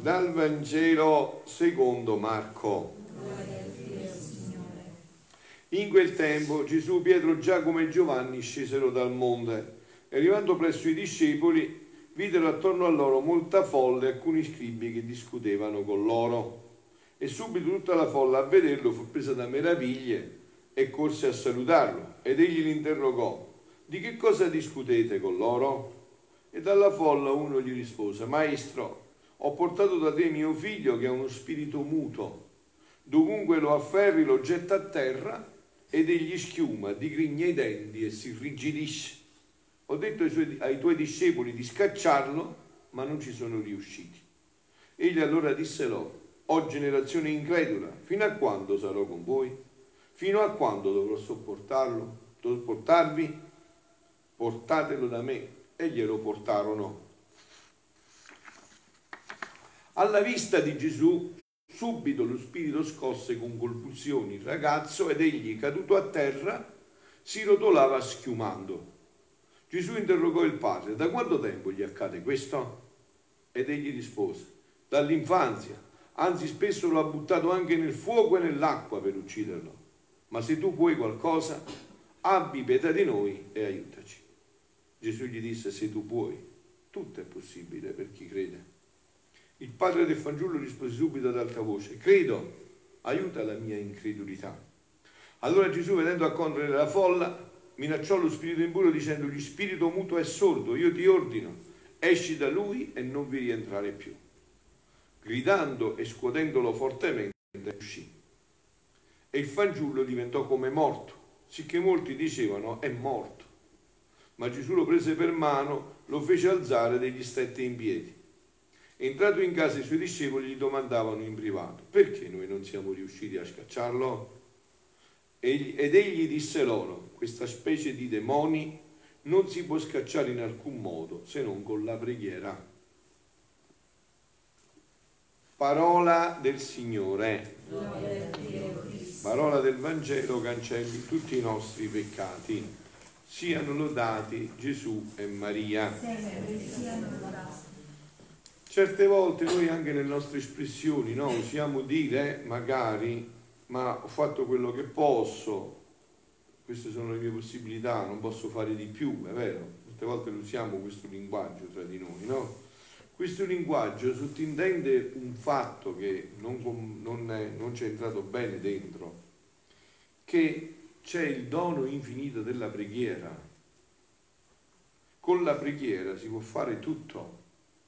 Dal Vangelo secondo Marco. In quel tempo Gesù, Pietro, Giacomo e Giovanni scesero dal monte e arrivando presso i discepoli videro attorno a loro molta folla e alcuni scribi che discutevano con loro. E subito tutta la folla a vederlo fu presa da meraviglie e corse a salutarlo. Ed egli li interrogò: di che cosa discutete con loro? E dalla folla uno gli rispose: Maestro, ho portato da te mio figlio che ha uno spirito muto. Dovunque lo afferri lo getta a terra ed egli schiuma, digrigna i denti e si irrigidisce. Ho detto ai tuoi discepoli di scacciarlo, ma non ci sono riusciti. Egli allora disse loro: o generazione incredula, fino a quando sarò con voi? Fino a quando dovrò sopportarvi? Portatelo da me. E glielo portarono. Alla vista di Gesù, subito lo spirito scosse con convulsioni il ragazzo ed egli, caduto a terra, si rotolava schiumando. Gesù interrogò il padre: da quanto tempo gli accade questo? Ed egli rispose: dall'infanzia, anzi spesso lo ha buttato anche nel fuoco e nell'acqua per ucciderlo. Ma se tu puoi qualcosa, abbi pietà di noi e aiutaci. Gesù gli disse: se tu puoi, tutto è possibile per chi crede. Il padre del fanciullo rispose subito ad alta voce: credo, aiuta la mia incredulità. Allora Gesù, vedendo accorrere la folla, minacciò lo spirito impuro dicendogli: spirito muto e sordo, io ti ordino, esci da lui e non vi rientrare più. Gridando e scuotendolo fortemente uscì. E il fanciullo diventò come morto, sicché molti dicevano: è morto. Ma Gesù lo prese per mano, lo fece alzare e gli stette in piedi. Entrato in casa i suoi discepoli gli domandavano in privato: perché noi non siamo riusciti a scacciarlo? Ed egli disse loro: questa specie di demoni non si può scacciare in alcun modo se non con la preghiera. Parola del Signore. Parola del Vangelo cancelli tutti i nostri peccati. Siano lodati Gesù e Maria. Certe volte noi anche nelle nostre espressioni, no, usiamo dire magari: ma ho fatto quello che posso, queste sono le mie possibilità, non posso fare di più, è vero? Molte volte usiamo questo linguaggio tra di noi, no? Questo linguaggio sottintende un fatto che non ci è entrato bene dentro, che c'è il dono infinito della preghiera. Con la preghiera si può fare tutto.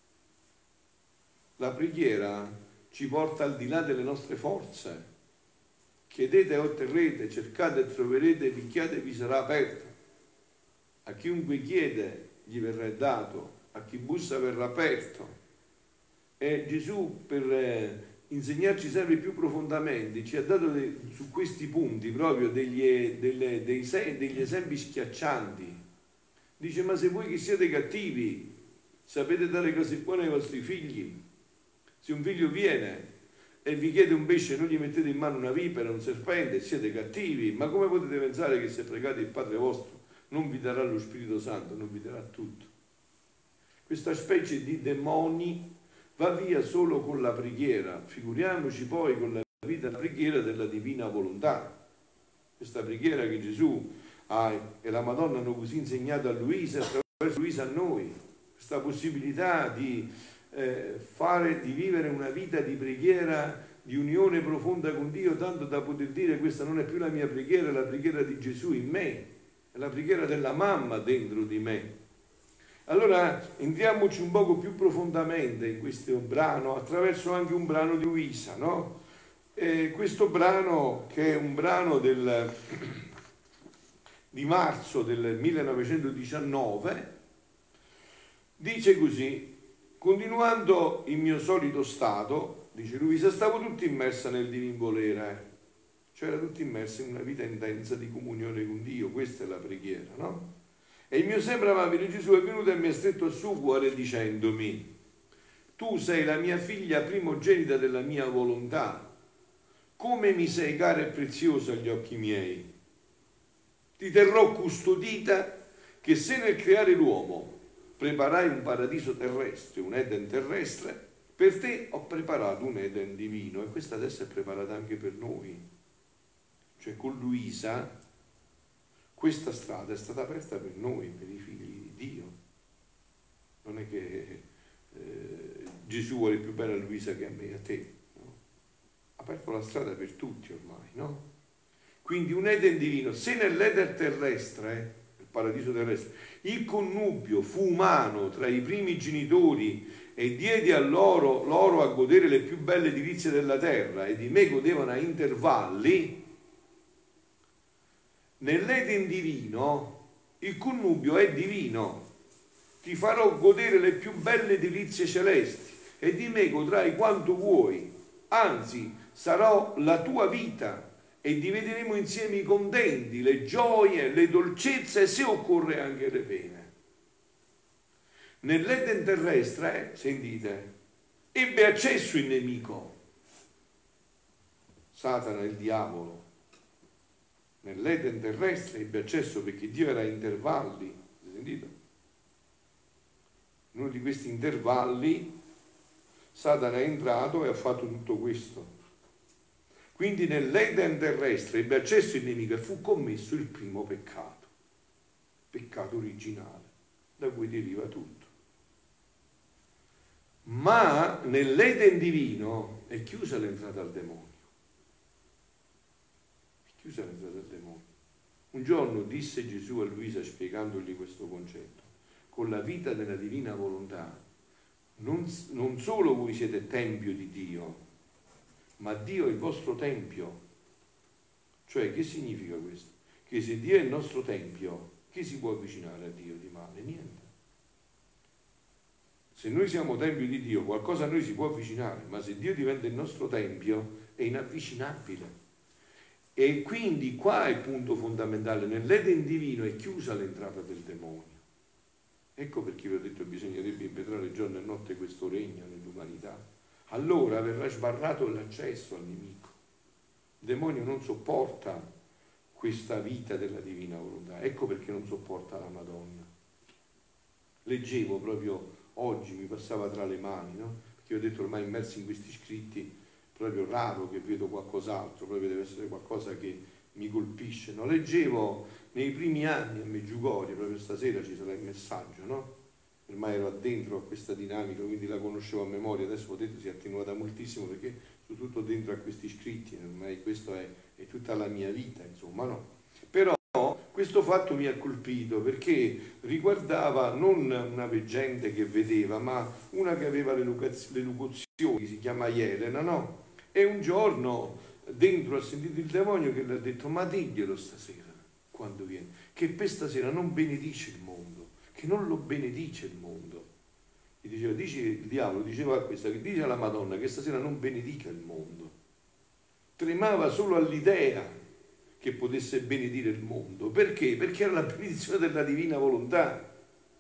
La preghiera ci porta al di là delle nostre forze. Chiedete e otterrete, cercate e troverete, picchiate e vi sarà aperto. A chiunque chiede gli verrà dato, a chi bussa verrà aperto. E Gesù, per insegnarci sempre più profondamente, ci ha dato su questi punti proprio degli esempi schiaccianti. Dice: ma se voi che siete cattivi sapete dare cose buone ai vostri figli, se un figlio viene e vi chiede un pesce non gli mettete in mano una vipera, un serpente, siete cattivi, ma come potete pensare che se pregate il Padre vostro non vi darà lo Spirito Santo, non vi darà tutto? Questa specie di demoni va via solo con la preghiera, figuriamoci poi con la vita della preghiera della divina volontà. Questa preghiera che Gesù e la Madonna hanno così insegnato a Luisa, attraverso Luisa a noi, questa possibilità di vivere una vita di preghiera, di unione profonda con Dio, tanto da poter dire: questa non è più la mia preghiera, è la preghiera di Gesù in me, è la preghiera della mamma dentro di me. Allora entriamoci un poco più profondamente in questo brano, attraverso anche un brano di Luisa, no? Questo brano, che è un brano di marzo del 1919, dice così: continuando il mio solito stato, dice Luisa, stavo tutta immersa nel divin volere, cioè era tutta immersa in una vita intensa di comunione con Dio. Questa è la preghiera, no? E il mio sempre amabile Gesù è venuto e mi ha stretto al suo cuore dicendomi: tu sei la mia figlia primogenita della mia volontà, come mi sei cara e preziosa agli occhi miei. Ti terrò custodita, che se nel creare l'uomo preparai un paradiso terrestre, un Eden terrestre, Per te ho preparato un Eden divino, e questa adesso è preparata anche per noi. Cioè con Luisa questa strada è stata aperta per noi, per i figli di Dio. Non è che Gesù vuole più bene a Luisa che a me e a te, no? Ha aperto la strada per tutti ormai, no? Quindi un Eden divino. Se nell'Eden terrestre, il paradiso terrestre, il connubio fu umano tra i primi genitori e diedi a loro a godere le più belle delizie della terra, e di me godevano a intervalli, nell'Eden divino il connubio è divino. Ti farò godere le più belle delizie celesti e di me godrai quanto vuoi, anzi sarò la tua vita e divideremo insieme i contenti, le gioie, le dolcezze e se occorre anche le pene. Nell'Eden terrestre, sentite, ebbe accesso il nemico, Satana, il diavolo. Nell'Eden terrestre ebbe accesso perché Dio era a intervalli, sentite? In uno di questi intervalli Satana è entrato e ha fatto tutto questo. Quindi nell'Eden terrestre ebbe accesso il nemico e fu commesso il primo peccato originale, da cui deriva tutto. Ma nell'Eden divino è chiusa l'entrata al demonio. È chiusa l'entrata al demonio. Un giorno disse Gesù a Luisa, spiegandogli questo concetto: con la vita della divina volontà non solo voi siete tempio di Dio, ma Dio è il vostro tempio. Cioè, che significa questo? Che se Dio è il nostro tempio, chi si può avvicinare a Dio di male? Niente. Se noi siamo tempio di Dio, qualcosa a noi si può avvicinare, ma se Dio diventa il nostro tempio è inavvicinabile. E quindi qua è il punto fondamentale: nell'Eden divino è chiusa l'entrata del demonio. Ecco perché vi ho detto che bisognerebbe impetrare giorno e notte questo regno nell'umanità. Allora verrà sbarrato l'accesso al nemico. Il demonio non sopporta questa vita della divina volontà. Ecco perché non sopporta la Madonna. Leggevo proprio oggi, mi passava tra le mani, no? Perché ho detto ormai immersi in questi scritti, proprio raro che vedo qualcos'altro, proprio deve essere qualcosa che mi colpisce, no? Leggevo nei primi anni a Medjugorje, proprio stasera ci sarà il messaggio, no? Ormai ero addentro a questa dinamica, quindi la conoscevo a memoria. Adesso potete si è attenuata moltissimo perché sono tutto dentro a questi scritti, ormai questo è tutta la mia vita, insomma, no? Però questo fatto mi ha colpito perché riguardava non una veggente che vedeva, ma una che aveva le locuzioni, si chiama Elena, no? E un giorno dentro ha sentito il demonio che le ha detto: ma diglielo stasera quando viene, che per stasera non benedice il mondo, che non lo benedice il mondo. Gli diceva, il diavolo diceva a questa, che dice alla Madonna che stasera non benedica il mondo. Tremava solo all'idea che potesse benedire il mondo. Perché? Perché era la benedizione della divina volontà.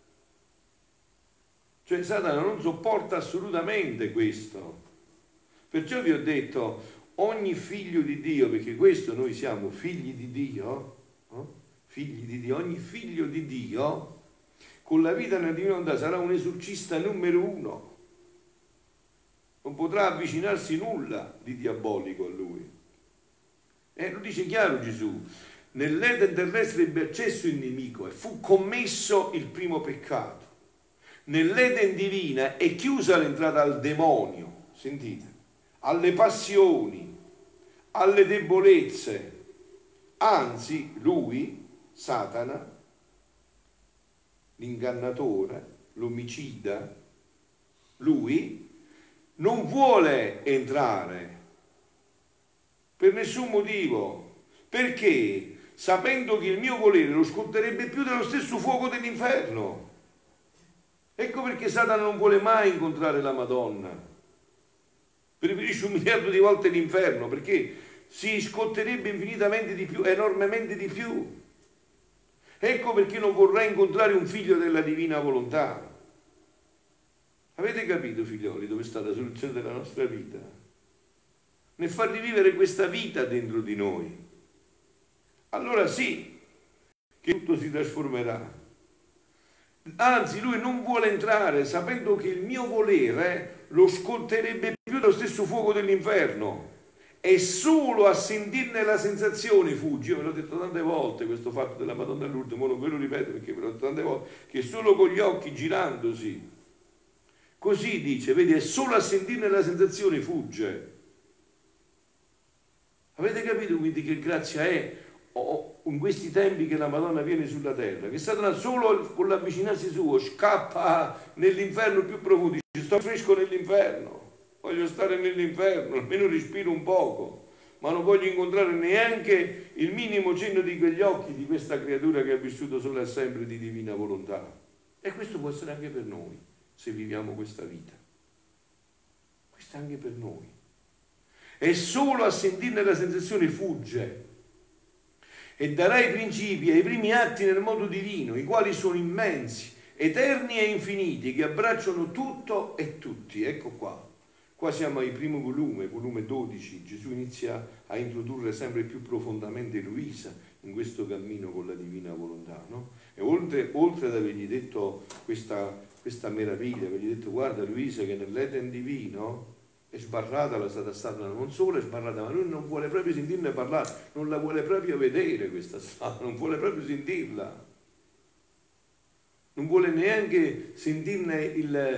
Cioè Satana non sopporta assolutamente questo. Perciò vi ho detto, ogni figlio di Dio, perché questo noi siamo figli di Dio, no? Figli di Dio, ogni figlio di Dio con la vita nella divina volontà sarà un esorcista numero uno. Non potrà avvicinarsi nulla di diabolico a lui. Lo dice chiaro Gesù: nell'Eden terrestre ebbe accesso il nemico e fu commesso il primo peccato. Nell'Eden divina è chiusa l'entrata al demonio, sentite, alle passioni, alle debolezze. Anzi, lui, Satana, l'ingannatore, l'omicida, lui non vuole entrare per nessun motivo, perché sapendo che il mio volere lo scotterebbe più dello stesso fuoco dell'inferno. Ecco perché Satana non vuole mai incontrare la Madonna, preferisce 1 miliardo di volte l'inferno, perché si scotterebbe infinitamente di più, enormemente di più. Ecco perché non vorrà incontrare un figlio della divina volontà. Avete capito, figlioli, dove sta la soluzione della nostra vita? Nel far rivivere questa vita dentro di noi. Allora sì che tutto si trasformerà. Anzi, lui non vuole entrare sapendo che il mio volere lo sconterebbe più dello stesso fuoco dell'inferno. E solo a sentirne la sensazione fuggi. Io ve l'ho detto tante volte questo fatto della Madonna Lourdes, ma non ve lo ripeto perché ve l'ho detto tante volte, che solo con gli occhi girandosi, così dice, vedi, è solo a sentirne la sensazione fugge. Avete capito quindi che grazia è in questi tempi che la Madonna viene sulla terra? Che Satana solo con l'avvicinarsi suo scappa nell'inferno più profondo, dice sto fresco nell'inferno, voglio stare nell'inferno, almeno respiro un poco, ma non voglio incontrare neanche il minimo cenno di quegli occhi di questa creatura che ha vissuto solo e sempre di divina volontà. E questo può essere anche per noi, se viviamo questa vita. Questo è anche per noi. E solo a sentirne la sensazione fugge e darà i principi e i primi atti nel modo divino, i quali sono immensi, eterni e infiniti, che abbracciano tutto e tutti. Ecco qua. Qua siamo al primo volume 12. Gesù inizia a introdurre sempre più profondamente Luisa in questo cammino con la divina volontà, no? E oltre ad avergli detto questa meraviglia, avergli detto guarda Luisa che nell'Eden divino è sbarrata la strada, non solo è sbarrata, ma lui non vuole proprio sentirne parlare, non la vuole proprio vedere questa strada, non vuole proprio sentirla, non vuole neanche sentirne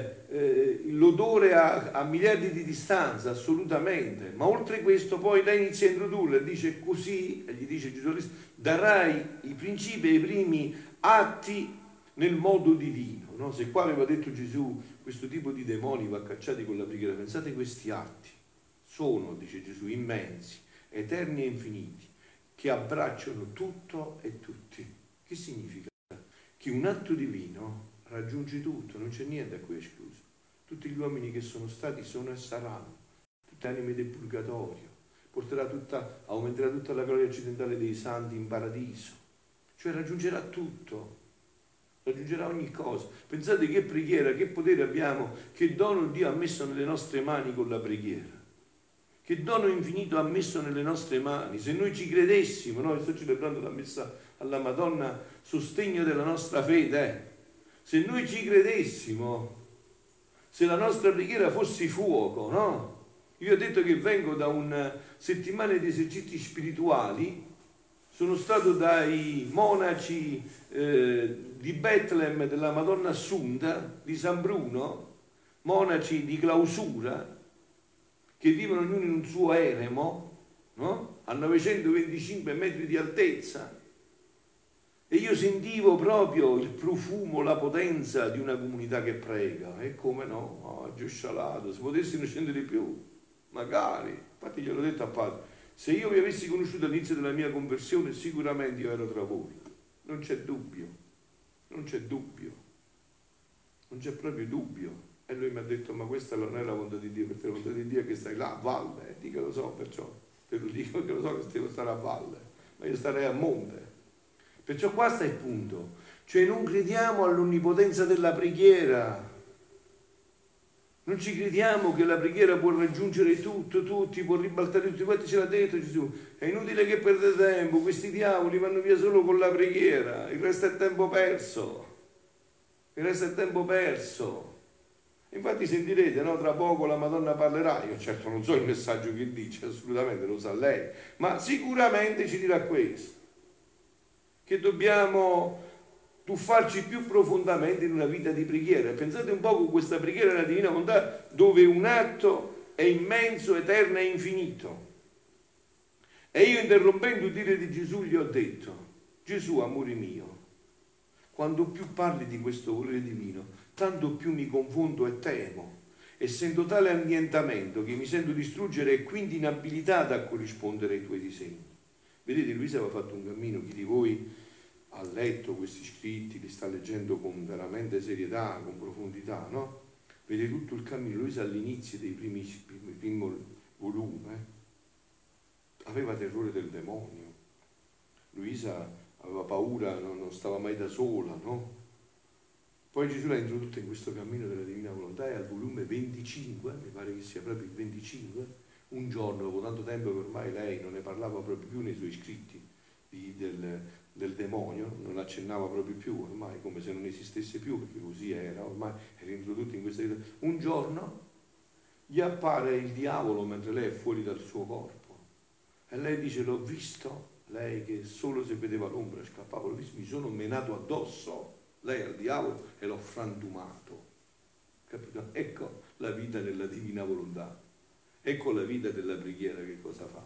l'odore a miliardi di distanza, assolutamente. Ma oltre questo poi lei inizia a introdurre e dice così, e gli dice Gesù Cristo, darai i principi e i primi atti nel modo divino, no? Se qua aveva detto Gesù questo tipo di demoni va cacciati con la preghiera, pensate questi atti sono, dice Gesù, immensi, eterni e infiniti, che abbracciano tutto e tutti. Che significa? Che un atto divino raggiunge tutto, non c'è niente a cui è escluso. Tutti gli uomini che sono stati sono e saranno, tutte anime del purgatorio, aumenterà tutta la gloria occidentale dei santi in paradiso, cioè raggiungerà tutto. Raggiungerà ogni cosa. Pensate che preghiera, che potere abbiamo, che dono Dio ha messo nelle nostre mani con la preghiera, che dono infinito ha messo nelle nostre mani. Se noi ci credessimo, noi sto celebrando la messa alla Madonna, sostegno della nostra fede, se noi ci credessimo, se la nostra preghiera fosse fuoco, no? Io ho detto che vengo da una settimana di esercizi spirituali, sono stato dai monaci di Betlemme della Madonna Assunta, di San Bruno, monaci di clausura, che vivono ognuno in un suo eremo, no? A 925 metri di altezza. E io sentivo proprio il profumo, la potenza di una comunità che prega. E come no? Giù scialato, se potessimo scendere di più, magari. Infatti gliel'ho detto a padre. Se io vi avessi conosciuto all'inizio della mia conversione, sicuramente io ero tra voi. Non c'è dubbio, non c'è dubbio, non c'è proprio dubbio. E lui mi ha detto, ma questa non è la volontà di Dio, perché la volontà di Dio è che stai là a valle. Dico, lo so, perciò te lo dico che lo so che devo stare a valle, ma io starei a monte. Perciò qua sta il punto. Cioè non crediamo all'onnipotenza della preghiera. Non ci crediamo che la preghiera può raggiungere tutto, tutti, può ribaltare tutti. Infatti ce l'ha detto Gesù, è inutile che perdete tempo, questi diavoli vanno via solo con la preghiera, il resto è tempo perso, il resto è tempo perso. Infatti sentirete, no? Tra poco la Madonna parlerà, io certo non so il messaggio che dice, assolutamente lo sa lei, ma sicuramente ci dirà questo, che dobbiamo tuffarci più profondamente in una vita di preghiera. Pensate un po' con questa preghiera della Divina Volontà, dove un atto è immenso, eterno e infinito. E io, interrompendo il dire di Gesù, gli ho detto: Gesù, amore mio, quando più parli di questo volere divino, tanto più mi confondo e temo, e sento tale annientamento che mi sento distruggere e quindi inabilitata a corrispondere ai tuoi disegni. Vedete, Luisa aveva fatto un cammino, chi di voi ha letto questi scritti, li sta leggendo con veramente serietà, con profondità, no? Vede tutto il cammino. Luisa all'inizio dei primi volumi aveva terrore del demonio. Luisa aveva paura, non stava mai da sola, no? Poi Gesù l'ha introdotta in questo cammino della Divina Volontà e al volume 25, mi pare che sia proprio il 25, un giorno, dopo tanto tempo che ormai lei non ne parlava proprio più nei suoi scritti del demonio, non accennava proprio più, ormai come se non esistesse più, perché così era, ormai era introdotto in questa vita. Un giorno gli appare il diavolo mentre lei è fuori dal suo corpo e lei dice: l'ho visto, lei che solo se vedeva l'ombra scappava, l'ho visto, mi sono menato addosso, lei al diavolo, e l'ho frantumato. Capito? Ecco la vita nella divina volontà, ecco la vita della preghiera che cosa fa.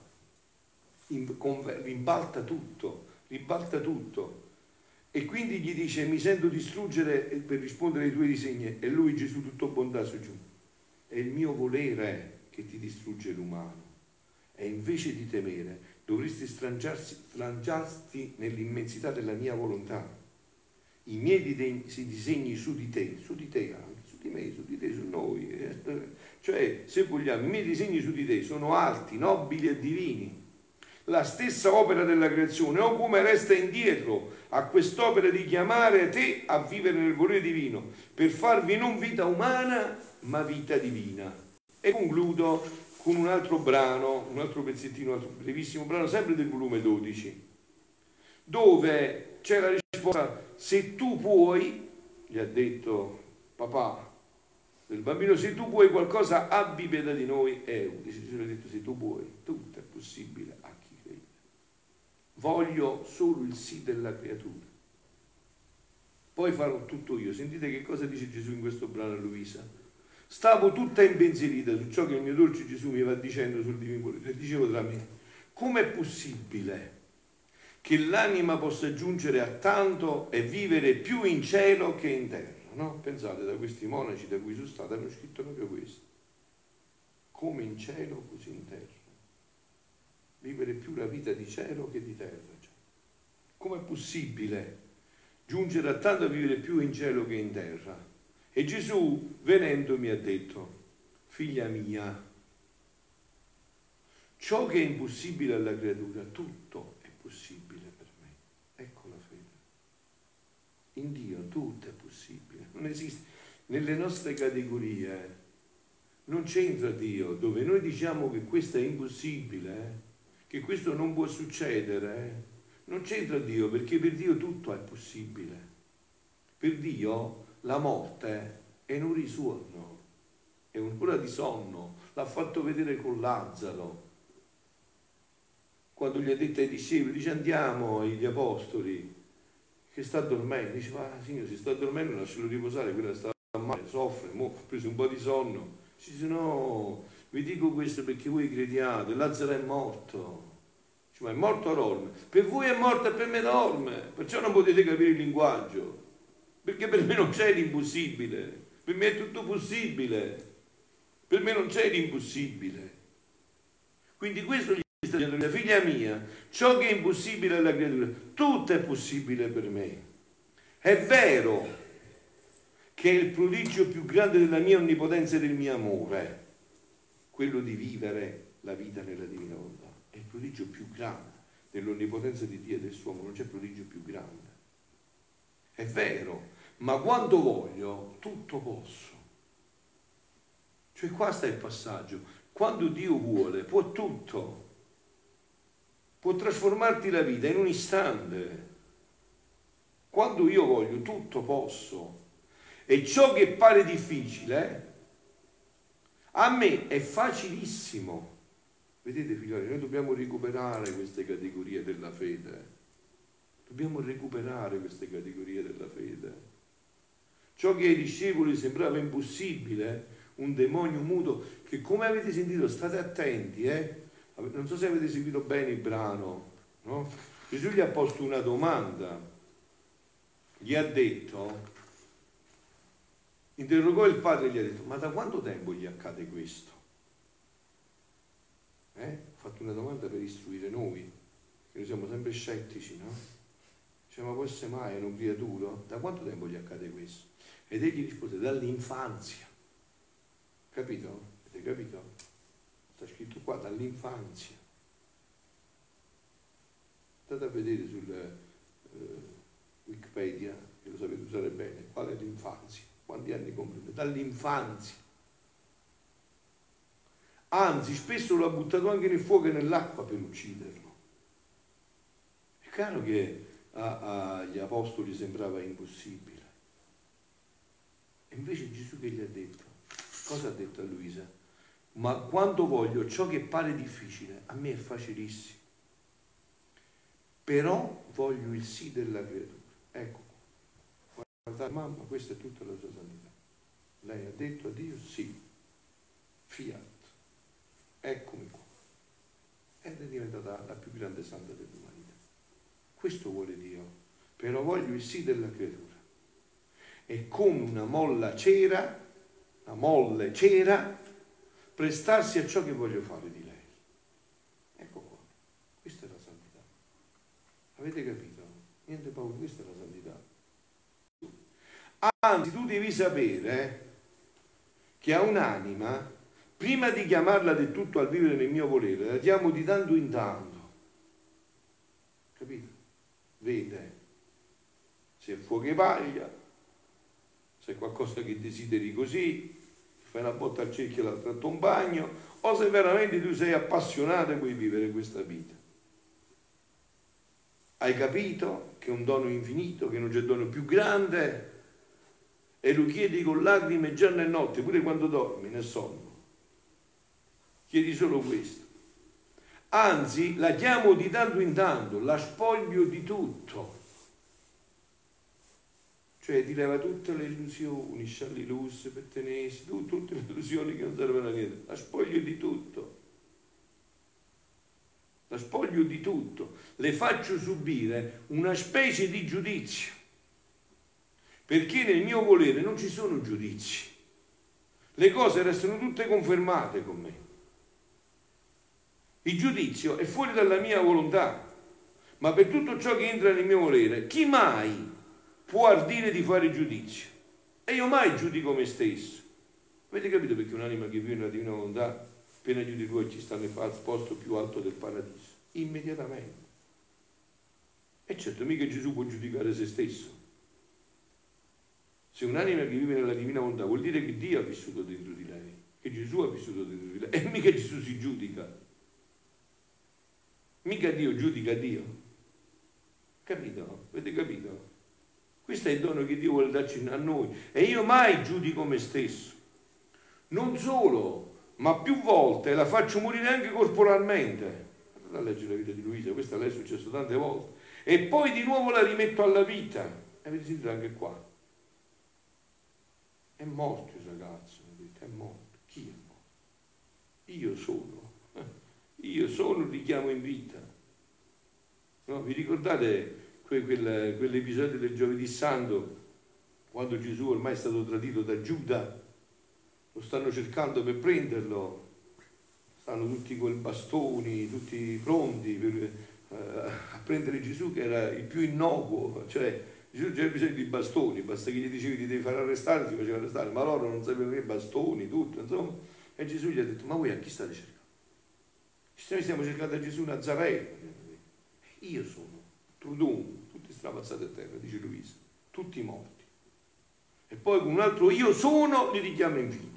Ribalta tutto, ribalta tutto. E quindi gli dice: mi sento distruggere per rispondere ai tuoi disegni. E lui, Gesù, tutto bontà, soggiunge: è il mio volere che ti distrugge l'umano, e invece di temere dovresti sfrangiarti nell'immensità della mia volontà. I miei disegni su di te anche, su di me, su di te, su noi, cioè, se vogliamo, i miei disegni su di te sono alti, nobili e divini. La stessa opera della creazione, o come resta indietro a quest'opera di chiamare te a vivere nel volere divino, per farvi non vita umana, ma vita divina. E concludo con un altro brano, un altro pezzettino, un altro brevissimo brano, sempre del volume 12, dove c'è la risposta: se tu puoi, gli ha detto papà del bambino, se tu puoi qualcosa, abbi pietà di noi. Gesù ha detto: se tu puoi, tutto è possibile a chi crede. Voglio solo il sì della creatura, poi farò tutto io. Sentite che cosa dice Gesù in questo brano a Luisa: stavo tutta impensierita su ciò che il mio dolce Gesù mi va dicendo sul divino volere, e dicevo tra me: com'è possibile che l'anima possa giungere a tanto e vivere più in cielo che in terra? No? Pensate, da questi monaci da cui sono stato hanno scritto proprio questo: come in cielo così in terra, vivere più la vita di cielo che di terra. Cioè, com'è possibile giungere a tanto a vivere più in cielo che in terra? E Gesù, venendo, mi ha detto: figlia mia, ciò che è impossibile alla creatura, tutto è possibile per me. Ecco la fede. In Dio tutto è possibile. Non esiste. Nelle nostre categorie non c'entra Dio. Dove noi diciamo che questo è impossibile, che questo non può succedere, non c'entra Dio, perché per Dio tutto è possibile. Per Dio la morte è un risuono, è un'ora di sonno. L'ha fatto vedere con Lazzaro, quando gli ha detto ai discepoli, dice: andiamo agli apostoli, che sta dormendo. Dice: ma Signore, si sta dormendo, lascialo riposare, quella sta male, soffre, ha preso un po' di sonno. Dice: no, vi dico questo perché voi crediate, Lazzaro è morto. Dice: ma è morto a dorme? Per voi è morto e per me dorme, perciò non potete capire il linguaggio, perché per me non c'è l'impossibile, per me è tutto possibile, per me non c'è l'impossibile. Quindi questo gli sta dicendo: figlia mia, ciò che è impossibile alla creatura, tutto è possibile per me. È vero che è il prodigio più grande della mia onnipotenza e del mio amore, quello di vivere la vita nella divina volontà. È il prodigio più grande dell'onnipotenza di Dio e del suo amore, non c'è prodigio più grande. È vero, ma quando voglio, tutto posso. Cioè qua sta il passaggio. Quando Dio vuole, può tutto. Può trasformarti la vita in un istante. Quando io voglio, tutto posso. E ciò che pare difficile, a me è facilissimo. Vedete, figlioli, noi dobbiamo recuperare queste categorie della fede. Dobbiamo recuperare queste categorie della fede. Ciò che ai discepoli sembrava impossibile, un demonio muto, che, come avete sentito, state attenti, non so se avete seguito bene il brano, no? Gesù gli ha posto una domanda, gli ha detto, interrogò il padre e gli ha detto: ma da quanto tempo gli accade questo? Ho fatto una domanda per istruire noi, che noi siamo sempre scettici, no? Dice: ma può essere mai un creaturo? Da quanto tempo gli accade questo? Ed egli rispose: dall'infanzia. Capito? Avete capito? Sta scritto qua, dall'infanzia. Andate a vedere sul Wikipedia, che lo sapete usare bene, qual è l'infanzia? Quanti anni comprende? Dall'infanzia. Anzi, spesso lo ha buttato anche nel fuoco e nell'acqua per ucciderlo. È chiaro che agli apostoli sembrava impossibile. E invece Gesù che gli ha detto? Cosa ha detto a Luisa? ma quando voglio ciò che pare difficile, a me è facilissimo. Però voglio il sì della creatura. Ecco qua. Guardate, mamma, questa è tutta la sua santità. Lei ha detto a Dio sì, fiat, eccomi qua. Ed è diventata la più grande santa dell'umanità. Questo vuole Dio, però voglio il sì della creatura. È come una molle cera, prestarsi a ciò che voglio fare di lei. Ecco qua, questa è la santità. Avete capito? Niente paura, questa è la santità. Anzi, tu devi sapere che a un'anima, prima di chiamarla del tutto al vivere nel mio volere, la chiamo di tanto in tanto. Capito? Vede se è fuoco e paglia, se è qualcosa che desideri così, fai una botta al cerchio e l'altra a un bagno, o se veramente tu sei appassionato e vuoi vivere questa vita. Hai capito che è un dono infinito, che non c'è dono più grande, e lo chiedi con lacrime giorno e notte, pure quando dormi nel sonno. Chiedi solo questo. Anzi, la chiamo di tanto in tanto, la spoglio di tutto. Cioè ti leva tutte le illusioni, sciallilus, pertenesi, tutte le illusioni che non servono a niente. La spoglio di tutto. La spoglio di tutto. Le faccio subire una specie di giudizio. Perché nel mio volere non ci sono giudizi. Le cose restano tutte confermate con me. Il giudizio è fuori dalla mia volontà. Ma per tutto ciò che entra nel mio volere, chi mai può ardire di fare giudizio? E io mai giudico me stesso. Avete capito perché un'anima che vive nella divina volontà, appena giudica lui, ci sta nel posto più alto del paradiso? Immediatamente. E certo, mica Gesù può giudicare se stesso. Se un'anima che vive nella divina volontà vuol dire che Dio ha vissuto dentro di lei, che Gesù ha vissuto dentro di lei, e mica Gesù si giudica. Mica Dio giudica Dio. Capito? Avete capito? Questo è il dono che Dio vuole darci a noi. E io mai giudico me stesso. Non solo, ma più volte la faccio morire anche corporalmente. Andate a leggere la vita di Luisa, questo a lei è successo tante volte. E poi di nuovo la rimetto alla vita. E avete sentito anche qua. È morto il ragazzo, è morto. Chi è morto? Io sono. Io sono, li chiamo in vita. No, vi ricordate quell'episodio del Giovedì Santo, quando Gesù ormai è stato tradito da Giuda? Lo stanno cercando per prenderlo, stanno tutti con i bastoni, tutti pronti a prendere Gesù, che era il più innocuo, cioè Gesù c'era bisogno di bastoni, basta che gli dicevi ti devi fare arrestare, ti faceva arrestare, ma loro non sapevano che bastoni, tutto, insomma. E Gesù gli ha detto: ma voi a chi state cercando? Noi stiamo cercando a Gesù Nazareno. Io sono, Trudum, tutti stramazzati a terra, dice Luisa, tutti morti. E poi con un altro io sono li richiama in vita,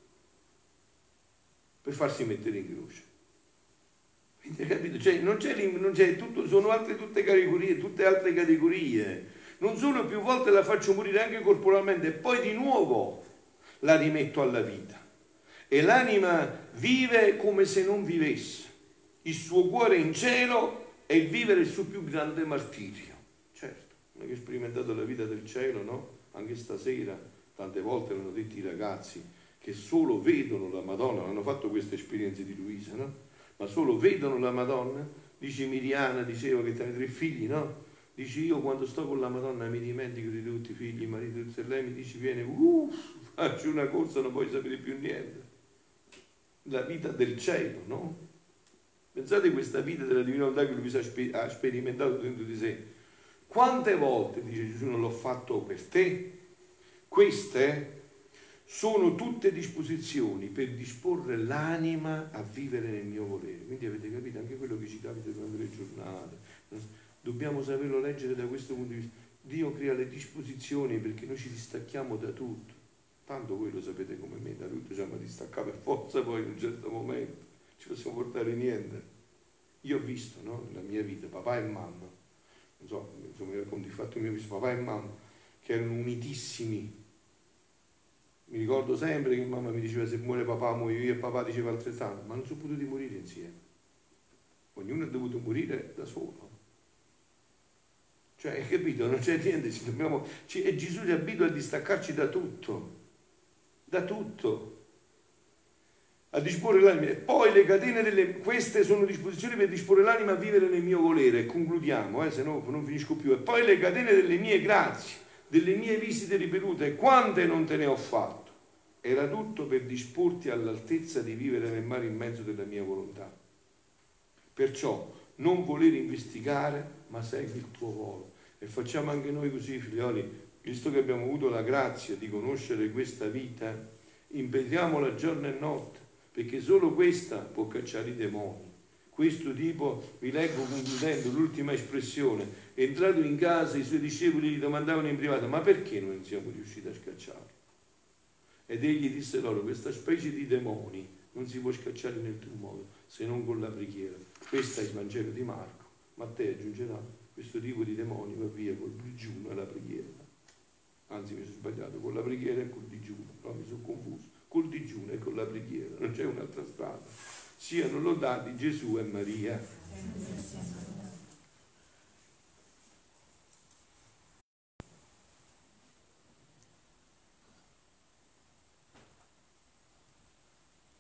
per farsi mettere in croce. Quindi, capito? Cioè, non c'è tutto, sono tutte altre categorie. Non solo, più volte la faccio morire anche corporalmente e poi di nuovo la rimetto alla vita. E l'anima vive come se non vivesse. Il suo cuore è in cielo e il vivere è il suo più grande martirio. Certo, non è che ho sperimentato la vita del cielo, no? Anche stasera, tante volte l'hanno detto i ragazzi, che solo vedono la Madonna, hanno fatto queste esperienze di Luisa, no? Ma solo vedono la Madonna. Dice Miriana, diceva che ha 3 figli, no? Dice: io quando sto con la Madonna mi dimentico di tutti i figli, il marito, e lei mi dice: viene, faccio una corsa, non voglio sapere più niente. La vita del cielo, no? Pensate a questa vita della divina volontà che Luisa ha sperimentato dentro di sé. Quante volte, dice Gesù, non l'ho fatto per te? Queste sono tutte disposizioni per disporre l'anima a vivere nel mio volere. Quindi avete capito anche quello che ci capita durante le giornate. Dobbiamo saperlo leggere da questo punto di vista. Dio crea le disposizioni perché noi ci distacchiamo da tutto. Tanto voi lo sapete come me, da tutto ci siamo distaccati per forza, poi in un certo momento ci possiamo portare niente. Io ho visto, no, nella mia vita, papà e mamma, non so, insomma, mi racconto il fatto mio, ho visto papà e mamma che erano unitissimi, Mi ricordo sempre che mamma mi diceva se muore papà muoio io, e papà diceva altrettanto, ma non sono potuti morire insieme. Ognuno è dovuto morire da solo. Cioè, hai capito? Non c'è niente, e Gesù ci abitua a distaccarci da tutto, a disporre l'anima. E poi le catene queste sono disposizioni per disporre l'anima a vivere nel mio volere. E concludiamo, se no non finisco più. E poi le catene delle mie grazie, delle mie visite ripetute, quante non te ne ho fatto? Era tutto per disporti all'altezza di vivere nel mare in mezzo della mia volontà. Perciò non volere investigare, ma segui il tuo volo. E facciamo anche noi così, figlioli, visto che abbiamo avuto la grazia di conoscere questa vita, impegniamola giorno e notte, perché solo questa può cacciare i demoni. Questo tipo, vi leggo concludendo l'ultima espressione, entrato in casa i suoi discepoli gli domandavano in privato, ma perché non siamo riusciti a scacciarlo? Ed egli disse loro, questa specie di demoni non si può scacciare in alcun modo se non con la preghiera. Questo è il Vangelo di Marco. Matteo aggiungerà, questo tipo di demoni va via col digiuno e la preghiera. Anzi, mi sono sbagliato, con la preghiera e col digiuno, no, mi sono confuso. Col digiuno e con la preghiera, non c'è un'altra strada. Siano lodati Gesù e Maria.